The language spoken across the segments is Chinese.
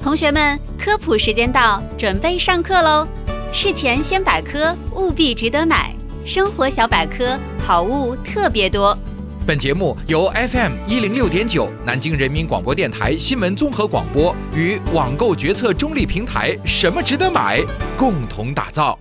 同学们，科普时间到，准备上课喽！事前先百科，务必值得买。生活小百科，好物特别多。 本节目由 FM106.9 南京人民广播电台新闻综合广播与网购决策中立平台什么值得买共同打造。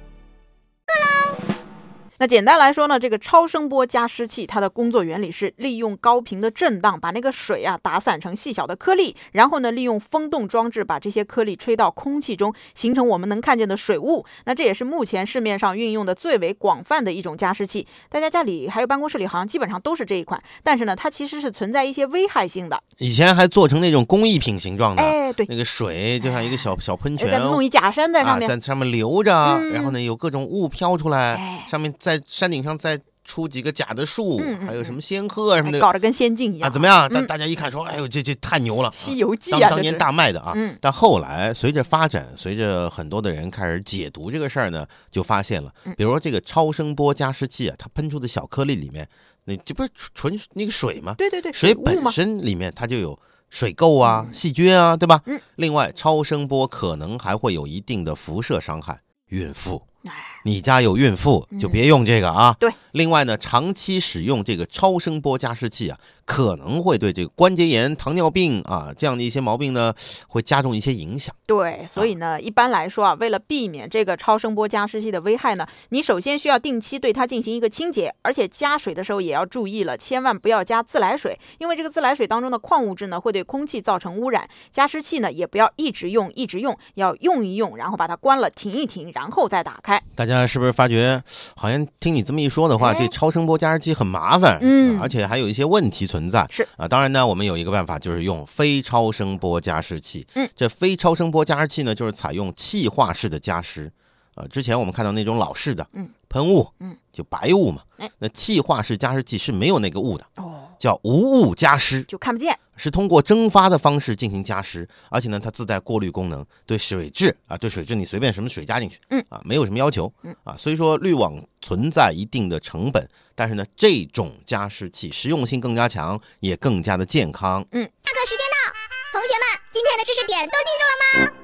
那简单来说呢，这个超声波加湿器它的工作原理是利用高频的震荡把那个水打散成细小的颗粒，然后呢利用风洞装置把这些颗粒吹到空气中，形成我们能看见的水雾。那这也是目前市面上运用的最为广泛的一种加湿器，大家家里还有办公室里好像基本上都是这一款，但是呢它其实是存在一些危害性的。 以前还做成那种工艺品形状的， 对， 那个水就像一个小喷泉， 再弄一假山在上面， 在上面流着，然后呢有各种雾飘出来，上面在山顶上再出几个假的树，还有什么仙鹤什么的， 搞得跟仙境一样怎么样？大家一看说，哎呦，这太牛了， 西游记当年大卖的啊。但后来随着发展，随着很多的人开始解读这个事儿呢，就发现了，比如说这个超声波加湿器它喷出的小颗粒里面，那这不是纯那个水吗？ 对， 水本身里面它就有水垢啊、细菌啊，对吧？另外，超声波可能还会有一定的辐射伤害。孕妇，你家有孕妇就别用这个啊。 对。 另外呢，长期使用这个超声波加湿器可能会对这个关节炎、糖尿病这样的一些毛病呢，会加重一些影响。 对，所以呢，一般来说为了避免这个超声波加湿器的危害呢，你首先需要定期对它进行一个清洁，而且加水的时候也要注意了，千万不要加自来水，因为这个自来水当中的矿物质呢，会对空气造成污染。加湿器呢，也不要一直用，要用一用，然后把它关了，停一停，然后再打开。 大家是不是发觉，好像听你这么一说的话，这超声波加湿器很麻烦，而且还有一些问题存在。 是当然呢，我们有一个办法，就是用非超声波加湿器。这非超声波加湿器呢，就是采用气化式的加湿。之前我们看到那种老式的喷雾，就白雾嘛。那气化式加湿器是没有那个雾的，叫无雾加湿， 就看不见， 是通过蒸发的方式进行加湿，而且呢，它自带过滤功能，对水质你随便什么水加进去，没有什么要求，所以说滤网存在一定的成本，但是呢，这种加湿器实用性更加强，也更加的健康。 下课时间到，同学们，今天的知识点都记住了吗？